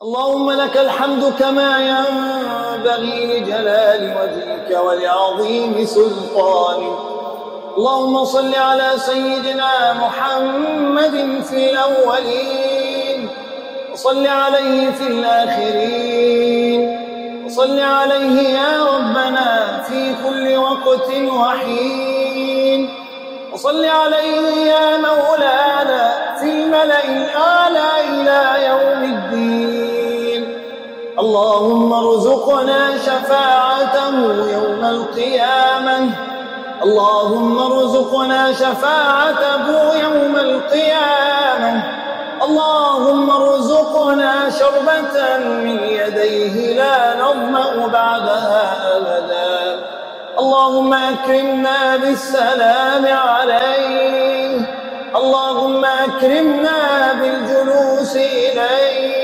اللهم لك الحمد كما ينبغي لجلال وجهك ولعظيم سلطانك. اللهم صل على سيدنا محمد في الأولين، وصل عليه في الآخرين، وصل عليه يا ربنا في كل وقت وحين، وصل عليه يا مولانا في الملأ الأعلى إلى يوم الدين. اللهم ارزقنا شفاعته يوم القيامة، اللهم ارزقنا شفاعته يوم القيامة، اللهم ارزقنا شربة من يديه لا نظمأ بعدها أبدا. اللهم أكرمنا بالسلام عليه، اللهم أكرمنا بالجلوس إليه،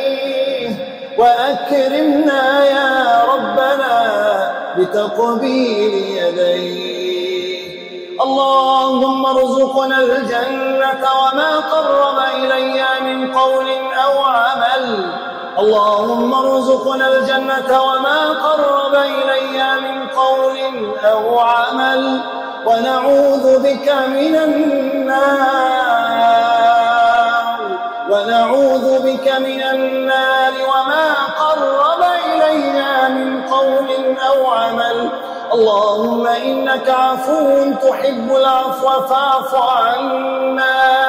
وأكرمنا يا ربنا بتقبيل يديه. اللهم ارزقنا الجنة وما قرب إليها من قول أو عمل، اللهم ارزقنا الجنة وما قرب إليها من قول أو عمل، ونعوذ بك من النار، ونعوذ بك من النار وما قرب إليها من قول أو عمل. اللهم إنك عفو تحب العفو فاعف عنا،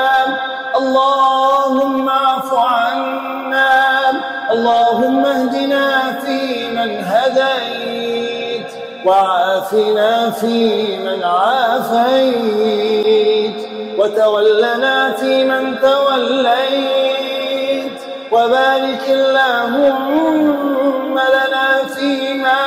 اللهم اعف عنا. اللهم اهدنا فيمن هديت، وعافنا فيمن عافيت، وتولنا فيمن توليت، وبارك اللهم لنا فيما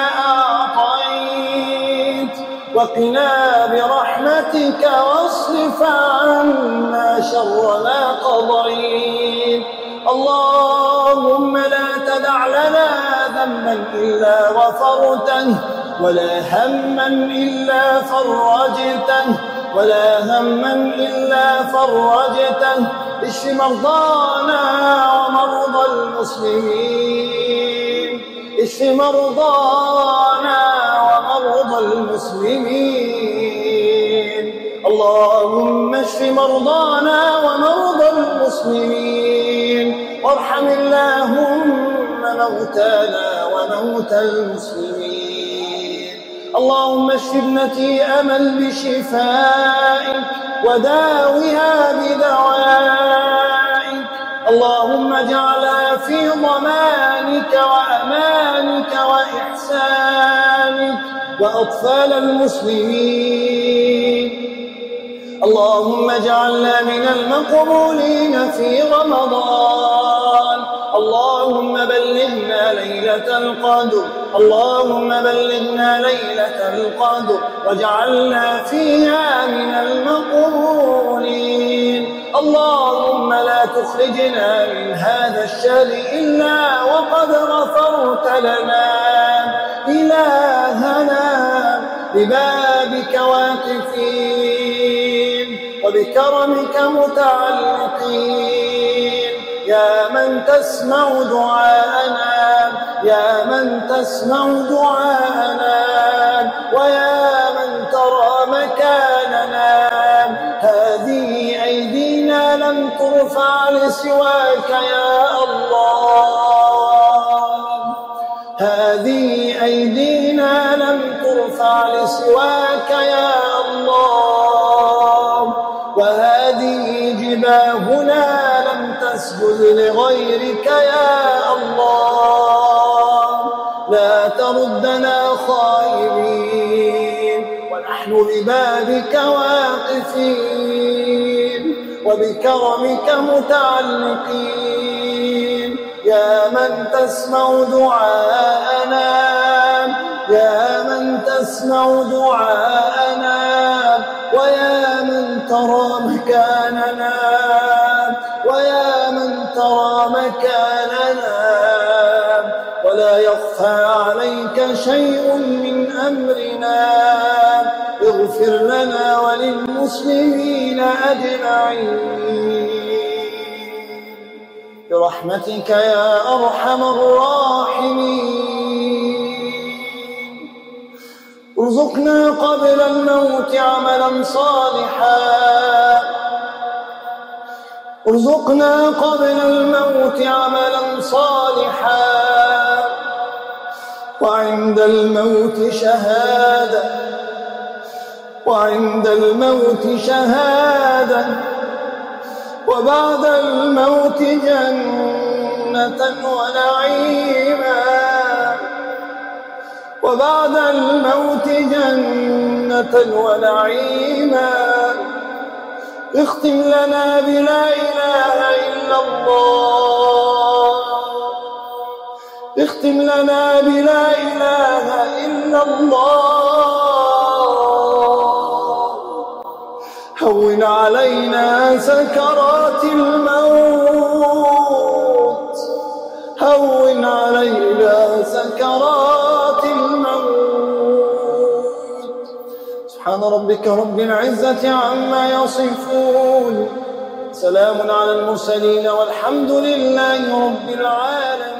أعطيت، وقنا برحمتك واصرف عنا شر ما قضيت. اللهم لا تدع لنا ذنبا إلا غفرته، ولا هما إلا فرجته، ولا هما إلا فرجته. اشف مرضانا ومرضى المسلمين، اشف مرضانا ومرضى المسلمين. اللهم اشف مرضانا ومرضى المسلمين، وارحم اللهم موتانا وموتى المسلمين. اللهم اشف ابنتي أمل بشفائك، وداوها بدوائك. اللهم اجعلها في ضمانك وأمانك وإحسانك، وأطفال المسلمين. اللهم اجعلنا من المقبولين في رمضان. اللهم بلغنا ليلة القدر، اللهم بلغنا ليلة القدر، واجعلنا فيها من المقبولين. اللهم لا تخرجنا من هذا الشهر إلا وقد غفرت لنا. إلهنا ببابك واقفين، وبكرمك متعلقين، يا من تسمع دعاءنا، يا من تسمع دعاءنا، ويا من ترى مكاننا. هذه أيدينا لم ترفع لسواك يا الله، هذه أيدينا لم ترفع لسواك يا الله، وهذه جباهنا لم تسجد لغيرك يا الله. لا تردنا خائبين، ونحن ببابك واقفين، وبكرمك متعلقين، يا من تسمع دعاءنا، يا من تسمع دعاءنا، ويا من ترى مكاننا، ويا من ترى مكاننا. ولا يخفى عليك شيء من أمرنا. اغفر لنا وللمسلمين أجمعين. برحمتك يا أرحم الراحمين. ارزقنا قبل الموت عملا صالحا، ارزقنا قبل الموت عملا صالحا، وعند الموت شهادة، وعند الموت شهادة، وبعد الموت جنة ونعيما، وبعد الموت جنة ونعيما. اختم لنا بلا إله إلا الله، اختم لنا بلا إله إلا الله. هون علينا سكرات الموت، هون علينا سكرات الموت. سبحان ربك رب العزة عما يصفون، سلام على المرسلين والحمد لله رب العالمين.